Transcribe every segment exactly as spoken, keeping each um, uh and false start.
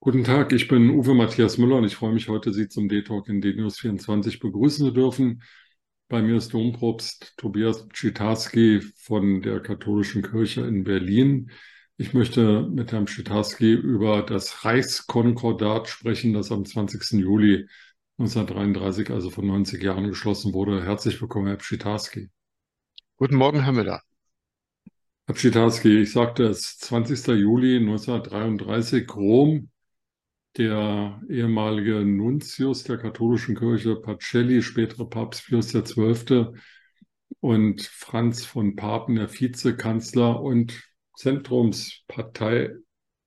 Guten Tag, ich bin Uwe Matthias Müller und ich freue mich heute, Sie zum D-Talk in D News vierundzwanzig begrüßen zu dürfen. Bei mir ist Dompropst Tobias Pschitarski von der Katholischen Kirche in Berlin. Ich möchte mit Herrn Pschitarski über das Reichskonkordat sprechen, das am zwanzigsten Juli neunzehnhundertdreiunddreißig, also vor neunzig Jahren, geschlossen wurde. Herzlich willkommen, Herr Pschitarski. Guten Morgen, Herr Müller. Herr Pschitarski, ich sagte es, zwanzigsten Juli neunzehnhundertdreiunddreißig, Rom. Der ehemalige Nuntius der katholischen Kirche, Pacelli, spätere Papst Pius der Zwölfte, und Franz von Papen, der Vizekanzler und Zentrumsparteimitglied,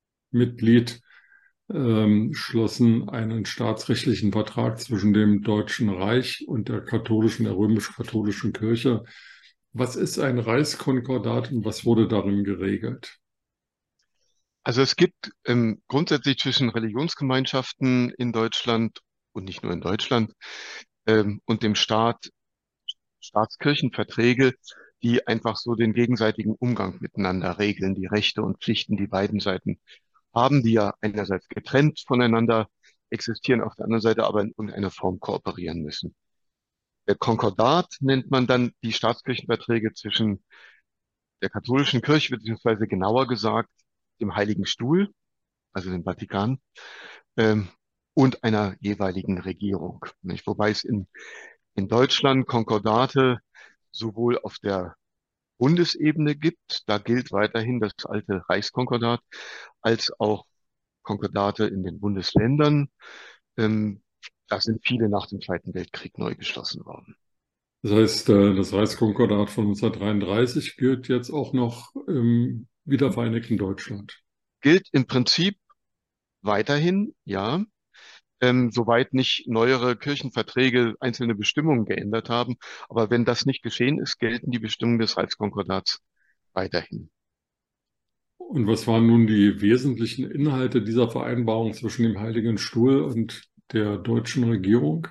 ähm, schlossen einen staatsrechtlichen Vertrag zwischen dem Deutschen Reich und der katholischen, der römisch-katholischen Kirche. Was ist ein Reichskonkordat und was wurde darin geregelt? Also es gibt ähm, grundsätzlich zwischen Religionsgemeinschaften in Deutschland und nicht nur in Deutschland ähm, und dem Staat Staatskirchenverträge, die einfach so den gegenseitigen Umgang miteinander regeln, die Rechte und Pflichten, die beiden Seiten haben, die ja einerseits getrennt voneinander existieren, auf der anderen Seite aber in irgendeiner Form kooperieren müssen. Der Konkordat nennt man dann die Staatskirchenverträge zwischen der katholischen Kirche, beziehungsweise genauer gesagt dem Heiligen Stuhl, also dem Vatikan, ähm, und einer jeweiligen Regierung. Nicht? Wobei es in, in Deutschland Konkordate sowohl auf der Bundesebene gibt, da gilt weiterhin das alte Reichskonkordat, als auch Konkordate in den Bundesländern. Ähm, da sind viele nach dem Zweiten Weltkrieg neu geschlossen worden. Das heißt, äh, das Reichskonkordat von neunzehnhundertdreiunddreißig gilt jetzt auch noch im wiedervereinigten Deutschland. Gilt im Prinzip weiterhin, ja, ähm, soweit nicht neuere Kirchenverträge einzelne Bestimmungen geändert haben. Aber wenn das nicht geschehen ist, gelten die Bestimmungen des Reichskonkordats weiterhin. Und was waren nun die wesentlichen Inhalte dieser Vereinbarung zwischen dem Heiligen Stuhl und der deutschen Regierung?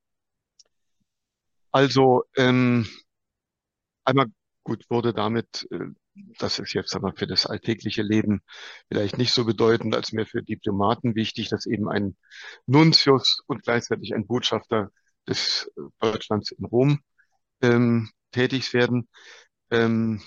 Also ähm, einmal gut wurde damit, äh, das ist jetzt aber für das alltägliche Leben vielleicht nicht so bedeutend als mehr für Diplomaten wichtig, dass eben ein Nuntius und gleichzeitig ein Botschafter des äh, Deutschlands in Rom ähm, tätig werden. Ähm,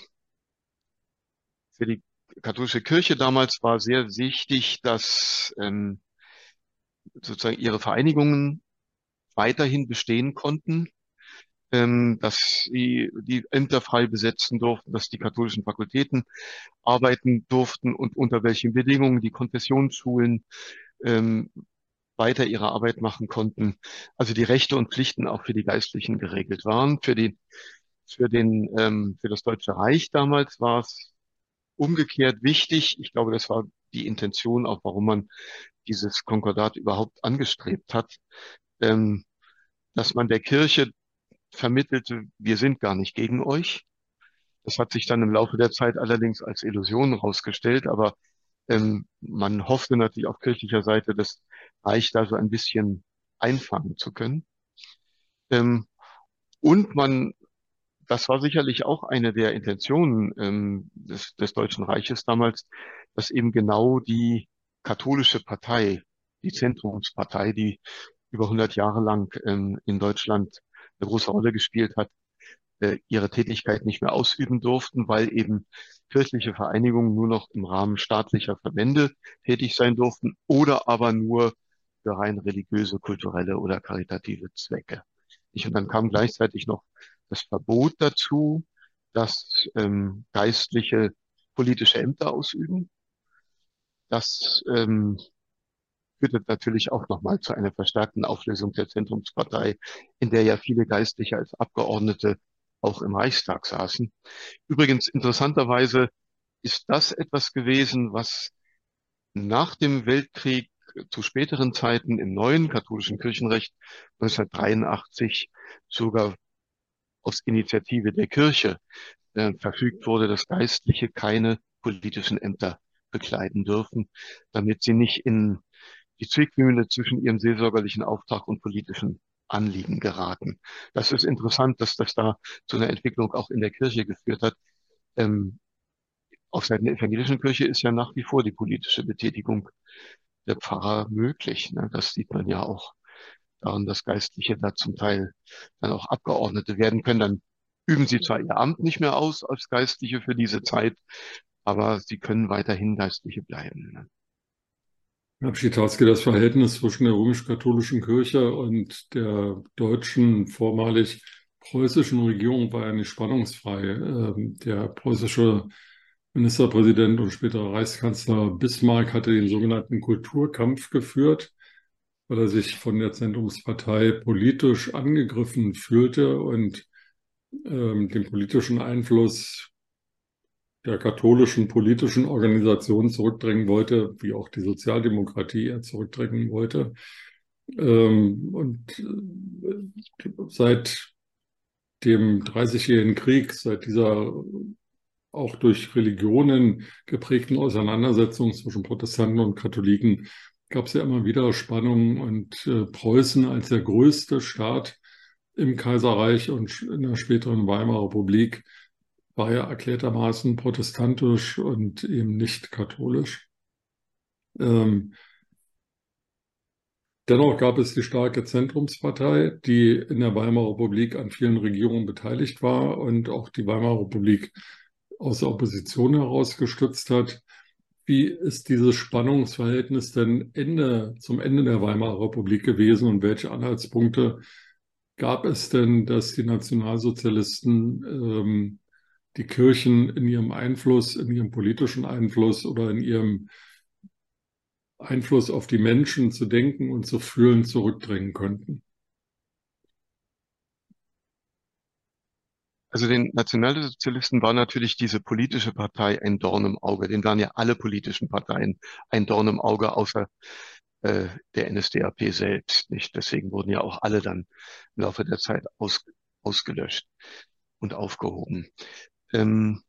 für die katholische Kirche damals war sehr wichtig, dass ähm, sozusagen ihre Vereinigungen weiterhin bestehen konnten, ähm, dass sie die Ämter frei besetzen durften, dass die katholischen Fakultäten arbeiten durften und unter welchen Bedingungen die Konfessionsschulen ähm, weiter ihre Arbeit machen konnten. Also die Rechte und Pflichten auch für die Geistlichen geregelt waren. Für die, für den, ähm, für das Deutsche Reich damals war es umgekehrt wichtig. Ich glaube, das war die Intention auch, warum man dieses Konkordat überhaupt angestrebt hat, ähm, dass man der Kirche vermittelte, wir sind gar nicht gegen euch. Das hat sich dann im Laufe der Zeit allerdings als Illusion herausgestellt, aber ähm, man hoffte natürlich auf kirchlicher Seite, das Reich da so ein bisschen einfangen zu können. Ähm, und man, das war sicherlich auch eine der Intentionen ähm, des, des Deutschen Reiches damals, dass eben genau die katholische Partei, die Zentrumspartei, die über hundert Jahre lang ähm, in Deutschland eine große Rolle gespielt hat, äh, ihre Tätigkeit nicht mehr ausüben durften, weil eben kirchliche Vereinigungen nur noch im Rahmen staatlicher Verbände tätig sein durften oder aber nur für rein religiöse, kulturelle oder karitative Zwecke. Ich, und dann kam gleichzeitig noch das Verbot dazu, dass ähm, Geistliche politische Ämter ausüben. Das ähm, führte natürlich auch nochmal zu einer verstärkten Auflösung der Zentrumspartei, in der ja viele Geistliche als Abgeordnete auch im Reichstag saßen. Übrigens, interessanterweise ist das etwas gewesen, was nach dem Weltkrieg zu späteren Zeiten im neuen katholischen Kirchenrecht neunzehnhundertdreiundachtzig sogar aus Initiative der Kirche äh, verfügt wurde, dass Geistliche keine politischen Ämter bekleiden dürfen, damit sie nicht in die Zwickmühle zwischen ihrem seelsorgerlichen Auftrag und politischen Anliegen geraten. Das ist interessant, dass das da zu einer Entwicklung auch in der Kirche geführt hat. Ähm, auf Seiten der evangelischen Kirche ist ja nach wie vor die politische Betätigung der Pfarrer möglich. Ne? Das sieht man ja auch daran, dass Geistliche da zum Teil dann auch Abgeordnete werden können. Dann üben sie zwar ihr Amt nicht mehr aus als Geistliche für diese Zeit, aber sie können weiterhin Geistliche bleiben. Ne? Herr Pschitarski, das Verhältnis zwischen der römisch-katholischen Kirche und der deutschen, vormalig preußischen Regierung war ja nicht spannungsfrei. Ähm, Der preußische Ministerpräsident und spätere Reichskanzler Bismarck hatte den sogenannten Kulturkampf geführt, weil er sich von der Zentrumspartei politisch angegriffen fühlte und ähm, den politischen Einfluss der katholischen politischen Organisation zurückdrängen wollte, wie auch die Sozialdemokratie er zurückdrängen wollte. Ähm, und äh, seit dem Dreißigjährigen Krieg, seit dieser auch durch Religionen geprägten Auseinandersetzung zwischen Protestanten und Katholiken gab es ja immer wieder Spannungen und äh, Preußen als der größte Staat im Kaiserreich und in der späteren Weimarer Republik war ja erklärtermaßen protestantisch und eben nicht katholisch. Ähm, Dennoch gab es die starke Zentrumspartei, die in der Weimarer Republik an vielen Regierungen beteiligt war und auch die Weimarer Republik aus der Opposition heraus gestützt hat. Wie ist dieses Spannungsverhältnis denn Ende, zum Ende der Weimarer Republik gewesen und welche Anhaltspunkte gab es denn, dass die Nationalsozialisten ähm, die Kirchen in ihrem Einfluss, in ihrem politischen Einfluss oder in ihrem Einfluss auf die Menschen zu denken und zu fühlen zurückdrängen könnten? Also den Nationalsozialisten war natürlich diese politische Partei ein Dorn im Auge. Den waren ja alle politischen Parteien ein Dorn im Auge, außer äh, der N S D A P selbst, nicht? Deswegen wurden ja auch alle dann im Laufe der Zeit aus, ausgelöscht und aufgehoben. Ähm,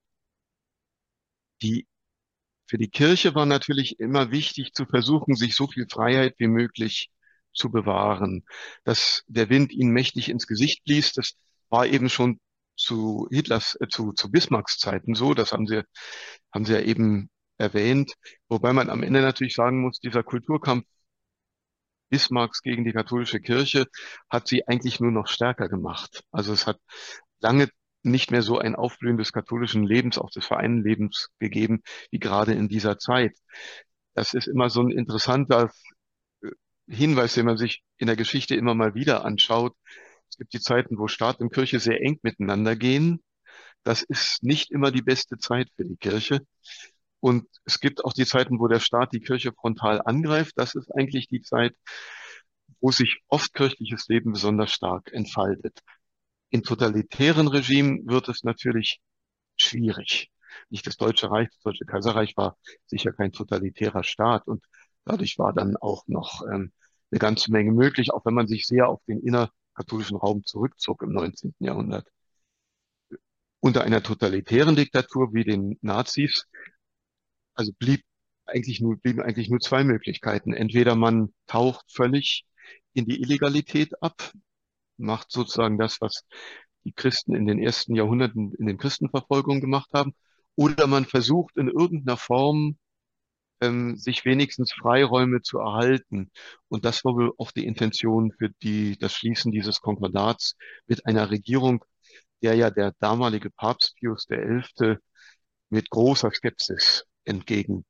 die, für die Kirche war natürlich immer wichtig zu versuchen, sich so viel Freiheit wie möglich zu bewahren. Dass der Wind ihnen mächtig ins Gesicht blies, das war eben schon zu Hitlers, äh, zu, zu Bismarcks Zeiten so. Das haben sie, haben sie ja eben erwähnt. Wobei man am Ende natürlich sagen muss, dieser Kulturkampf Bismarcks gegen die katholische Kirche hat sie eigentlich nur noch stärker gemacht. Also es hat lange nicht mehr so ein Aufblühen des katholischen Lebens, auch des Vereinslebens gegeben, wie gerade in dieser Zeit. Das ist immer so ein interessanter äh, Hinweis, den man sich in der Geschichte immer mal wieder anschaut. Es gibt die Zeiten, wo Staat und Kirche sehr eng miteinander gehen. Das ist nicht immer die beste Zeit für die Kirche. Und es gibt auch die Zeiten, wo der Staat die Kirche frontal angreift. Das ist eigentlich die Zeit, wo sich oft kirchliches Leben besonders stark entfaltet. In totalitären Regimen wird es natürlich schwierig. Nicht das Deutsche Reich, das Deutsche Kaiserreich war sicher kein totalitärer Staat und dadurch war dann auch noch ähm, eine ganze Menge möglich, auch wenn man sich sehr auf den innerkatholischen Raum zurückzog im neunzehnten. Jahrhundert. Unter einer totalitären Diktatur wie den Nazis, also blieb eigentlich nur, blieben eigentlich nur zwei Möglichkeiten. Entweder man taucht völlig in die Illegalität ab, macht sozusagen das, was die Christen in den ersten Jahrhunderten in den Christenverfolgungen gemacht haben, oder man versucht in irgendeiner Form ähm, sich wenigstens Freiräume zu erhalten. Und das war wohl auch die Intention für die, das Schließen dieses Konkordats mit einer Regierung, der ja der damalige Papst Pius der Elfte mit großer Skepsis entgegentrat.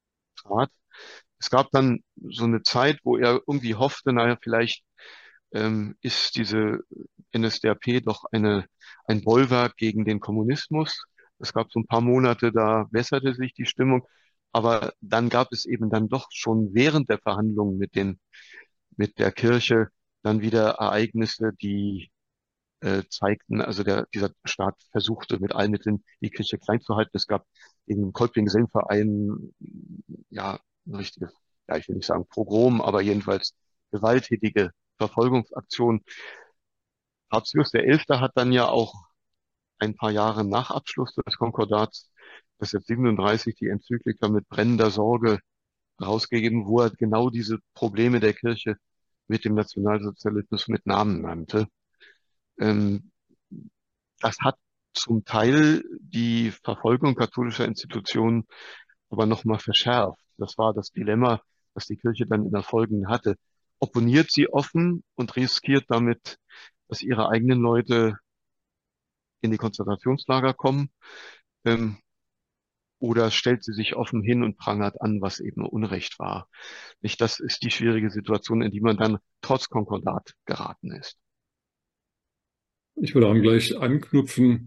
Es gab dann so eine Zeit, wo er irgendwie hoffte, naja, vielleicht ähm, ist diese N S D A P doch eine, ein Bollwerk gegen den Kommunismus. Es gab so ein paar Monate, da besserte sich die Stimmung. Aber dann gab es eben dann doch schon während der Verhandlungen mit den, mit der Kirche dann wieder Ereignisse, die äh, zeigten, also der, dieser Staat versuchte mit allen Mitteln die Kirche klein zu halten. Es gab den Kolping-Gesellenverein, ja, ein richtiges, ja, ich will nicht sagen Pogrom, aber jedenfalls gewalttätige Verfolgungsaktionen. Papst Pius der Elfte hat dann ja auch ein paar Jahre nach Abschluss des Konkordats, das jetzt siebenunddreißig, die Enzyklika mit brennender Sorge rausgegeben, wo er genau diese Probleme der Kirche mit dem Nationalsozialismus mit Namen nannte. Ähm, Das hat zum Teil die Verfolgung katholischer Institutionen aber nochmal verschärft. Das war das Dilemma. das die Kirche dann in der Folge hatte, opponiert sie offen und riskiert damit, dass ihre eigenen Leute in die Konzentrationslager kommen, ähm, oder stellt sie sich offen hin und prangert an, was eben Unrecht war. Nicht, das ist die schwierige Situation, in die man dann trotz Konkordat geraten ist. Ich will daran gleich anknüpfen.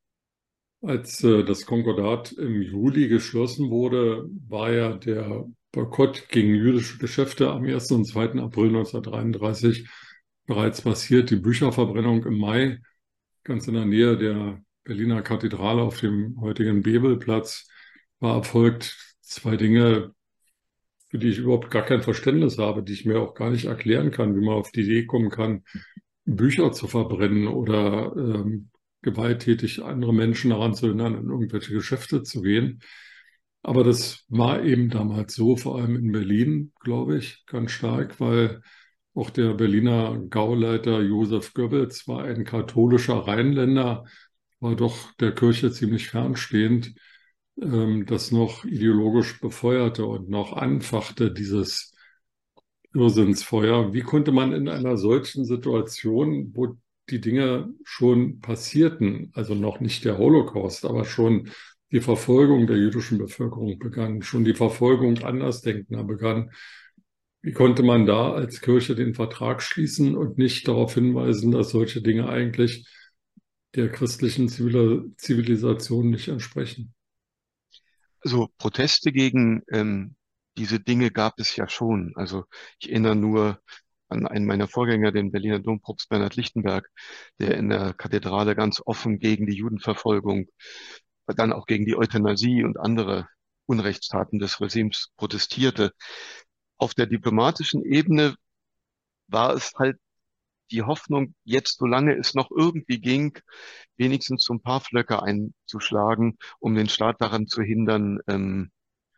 Als äh, das Konkordat im Juli geschlossen wurde, war ja der Boykott gegen jüdische Geschäfte am ersten und zweiten April neunzehnhundertdreiunddreißig bereits passiert. Die Bücherverbrennung im Mai, ganz in der Nähe der Berliner Kathedrale auf dem heutigen Bebelplatz, war erfolgt. Zwei Dinge, für die ich überhaupt gar kein Verständnis habe, die ich mir auch gar nicht erklären kann, wie man auf die Idee kommen kann, Bücher zu verbrennen oder ähm, gewalttätig andere Menschen daran zu hindern, in irgendwelche Geschäfte zu gehen. Aber das war eben damals so, vor allem in Berlin, glaube ich, ganz stark, weil auch der Berliner Gauleiter Josef Goebbels war ein katholischer Rheinländer, war doch der Kirche ziemlich fernstehend, ähm, das noch ideologisch befeuerte und noch anfachte, dieses Irrsinnsfeuer. Wie konnte man in einer solchen Situation, wo die Dinge schon passierten, also noch nicht der Holocaust, aber schon die Verfolgung der jüdischen Bevölkerung begann, schon die Verfolgung Andersdenkender begann, wie konnte man da als Kirche den Vertrag schließen und nicht darauf hinweisen, dass solche Dinge eigentlich der christlichen Zivil Zivilisation nicht entsprechen? Also Proteste gegen ähm, diese Dinge gab es ja schon. Also ich erinnere nur an einen meiner Vorgänger, den Berliner Dompropst Bernhard Lichtenberg, der in der Kathedrale ganz offen gegen die Judenverfolgung, dann auch gegen die Euthanasie und andere Unrechtstaten des Regimes protestierte. Auf der diplomatischen Ebene war es halt die Hoffnung, jetzt, solange es noch irgendwie ging, wenigstens so ein paar Flöcke einzuschlagen, um den Staat daran zu hindern, ähm,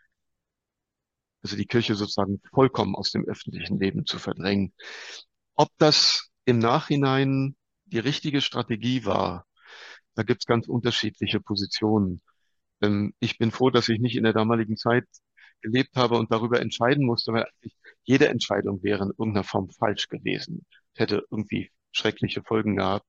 also die Kirche sozusagen vollkommen aus dem öffentlichen Leben zu verdrängen. Ob das im Nachhinein die richtige Strategie war, da gibt es ganz unterschiedliche Positionen. Ähm, ich bin froh, dass ich nicht in der damaligen Zeit gelebt habe und darüber entscheiden musste, weil eigentlich jede Entscheidung wäre in irgendeiner Form falsch gewesen. Es hätte irgendwie schreckliche Folgen gehabt.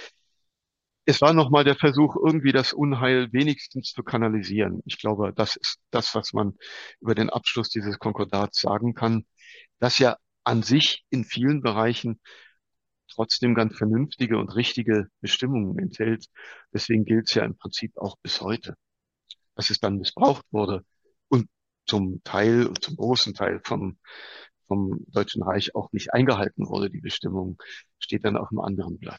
Es war nochmal der Versuch, irgendwie das Unheil wenigstens zu kanalisieren. Ich glaube, das ist das, was man über den Abschluss dieses Konkordats sagen kann, das ja an sich in vielen Bereichen trotzdem ganz vernünftige und richtige Bestimmungen enthält. Deswegen gilt es ja im Prinzip auch bis heute, dass es dann missbraucht wurde und zum Teil, zum großen Teil vom, vom Deutschen Reich auch nicht eingehalten wurde. Die Bestimmung steht dann auf einem anderen Blatt.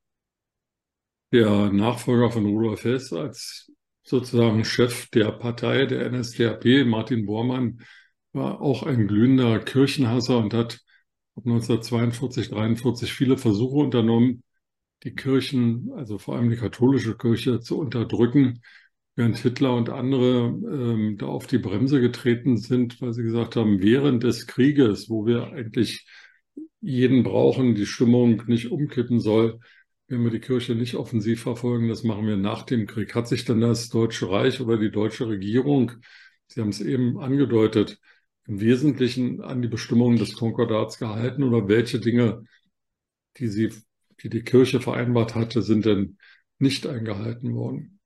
Der Nachfolger von Rudolf Hess als sozusagen Chef der Partei, der N S D A P, Martin Bormann, war auch ein glühender Kirchenhasser und hat ab neunzehnhundertzweiundvierzig, dreiundvierzig viele Versuche unternommen, die Kirchen, also vor allem die katholische Kirche, zu unterdrücken, während Hitler und andere ähm, da auf die Bremse getreten sind, weil sie gesagt haben, während des Krieges, wo wir eigentlich jeden brauchen, die Stimmung nicht umkippen soll, wenn wir die Kirche nicht offensiv verfolgen, das machen wir nach dem Krieg. Hat sich dann das Deutsche Reich oder die deutsche Regierung, Sie haben es eben angedeutet, im Wesentlichen an die Bestimmungen des Konkordats gehalten oder welche Dinge, die sie, die die Kirche vereinbart hatte, sind denn nicht eingehalten worden?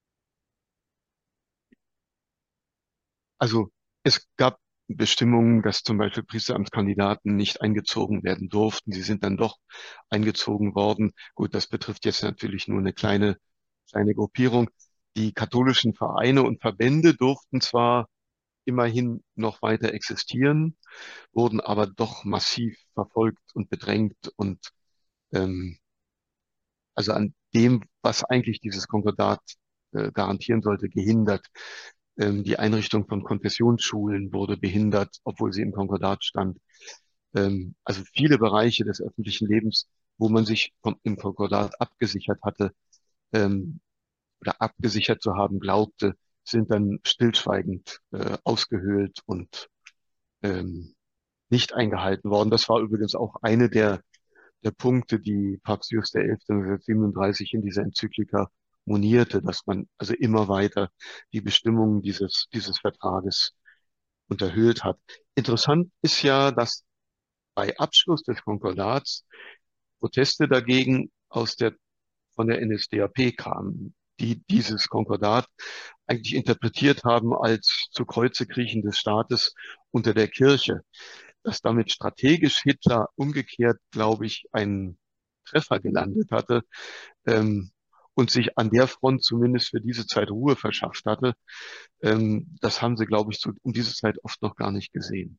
Also es gab Bestimmungen, dass zum Beispiel Priesteramtskandidaten nicht eingezogen werden durften. Sie sind dann doch eingezogen worden. Gut, das betrifft jetzt natürlich nur eine kleine, kleine Gruppierung. Die katholischen Vereine und Verbände durften zwar immerhin noch weiter existieren, wurden aber doch massiv verfolgt und bedrängt und ähm, also an dem, was eigentlich dieses Konkordat äh, garantieren sollte, gehindert. Ähm, die Einrichtung von Konfessionsschulen wurde behindert, obwohl sie im Konkordat stand. Ähm, also viele Bereiche des öffentlichen Lebens, wo man sich vom, im Konkordat abgesichert hatte, ähm, oder abgesichert zu haben glaubte, sind dann stillschweigend äh, ausgehöhlt und ähm, nicht eingehalten worden. Das war übrigens auch eine der, der Punkte, die Papst Pius der Elfte neunzehnhundertsiebenunddreißig in dieser Enzyklika monierte, dass man also immer weiter die Bestimmungen dieses, dieses Vertrages unterhöhlt hat. Interessant ist ja, dass bei Abschluss des Konkordats Proteste dagegen aus der, von der N S D A P kamen, die dieses Konkordat eigentlich interpretiert haben als zu Kreuze kriechen des Staates unter der Kirche. Dass damit strategisch Hitler umgekehrt, glaube ich, einen Treffer gelandet hatte, ähm, und sich an der Front zumindest für diese Zeit Ruhe verschafft hatte, ähm, das haben sie, glaube ich, zu, um diese Zeit oft noch gar nicht gesehen.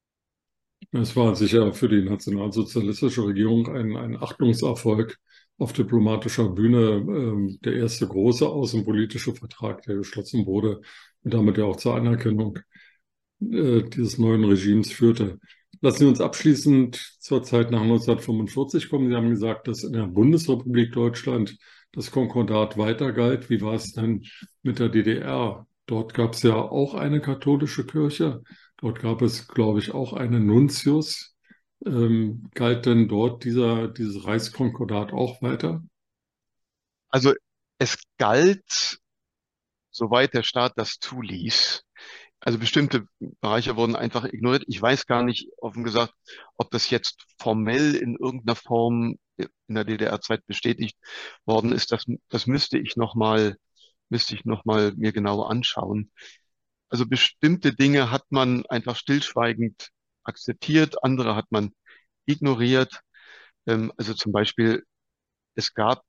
Es war sicher für die nationalsozialistische Regierung ein, ein Achtungserfolg auf diplomatischer Bühne, ähm, der erste große außenpolitische Vertrag, der geschlossen wurde und damit ja auch zur Anerkennung äh, dieses neuen Regimes führte. Lassen Sie uns abschließend zur Zeit nach neunzehnhundertfünfundvierzig kommen. Sie haben gesagt, dass in der Bundesrepublik Deutschland das Konkordat weiter galt. Wie war es denn mit der D D R? Dort gab es ja auch eine katholische Kirche. Dort gab es, glaube ich, auch einen Nuntius. Ähm, galt denn dort dieser, dieses Reichskonkordat auch weiter? Also es galt, soweit der Staat das zuließ. Also bestimmte Bereiche wurden einfach ignoriert. Ich weiß gar nicht, offen gesagt, ob das jetzt formell in irgendeiner Form in der D D R-Zeit bestätigt worden ist. Das, das müsste ich noch mal, müsste ich noch mal mir genau anschauen. Also bestimmte Dinge hat man einfach stillschweigend akzeptiert, andere hat man ignoriert. Ähm, also zum Beispiel, es gab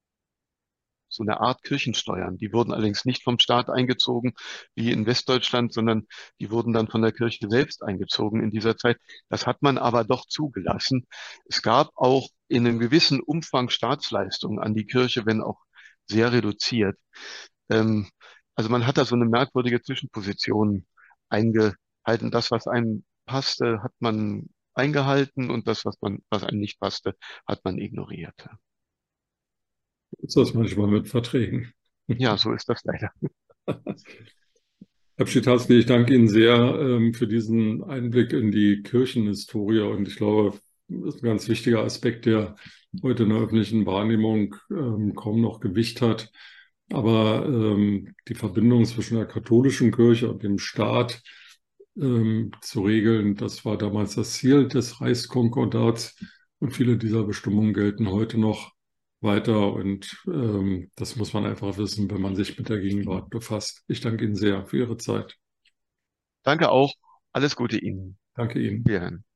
so eine Art Kirchensteuern. Die wurden allerdings nicht vom Staat eingezogen, wie in Westdeutschland, sondern die wurden dann von der Kirche selbst eingezogen in dieser Zeit. Das hat man aber doch zugelassen. Es gab auch in einem gewissen Umfang Staatsleistungen an die Kirche, wenn auch sehr reduziert. Ähm, also man hat da so eine merkwürdige Zwischenposition eingehalten. Das, was einem passte, hat man eingehalten und das, was man, was einem nicht passte, hat man ignoriert. Ist das manchmal mit Verträgen? Ja, so ist das leider. Herr Pschitarski, ich danke Ihnen sehr ähm, für diesen Einblick in die Kirchenhistorie und ich glaube, das ist ein ganz wichtiger Aspekt, der heute in der öffentlichen Wahrnehmung ähm, kaum noch Gewicht hat. Aber ähm, die Verbindung zwischen der katholischen Kirche und dem Staat ähm, zu regeln, das war damals das Ziel des Reichskonkordats und viele dieser Bestimmungen gelten heute noch weiter und ähm, das muss man einfach wissen, wenn man sich mit der Gegenwart befasst. Ich danke Ihnen sehr für Ihre Zeit. Danke auch. Alles Gute Ihnen. Danke Ihnen. Wir hören.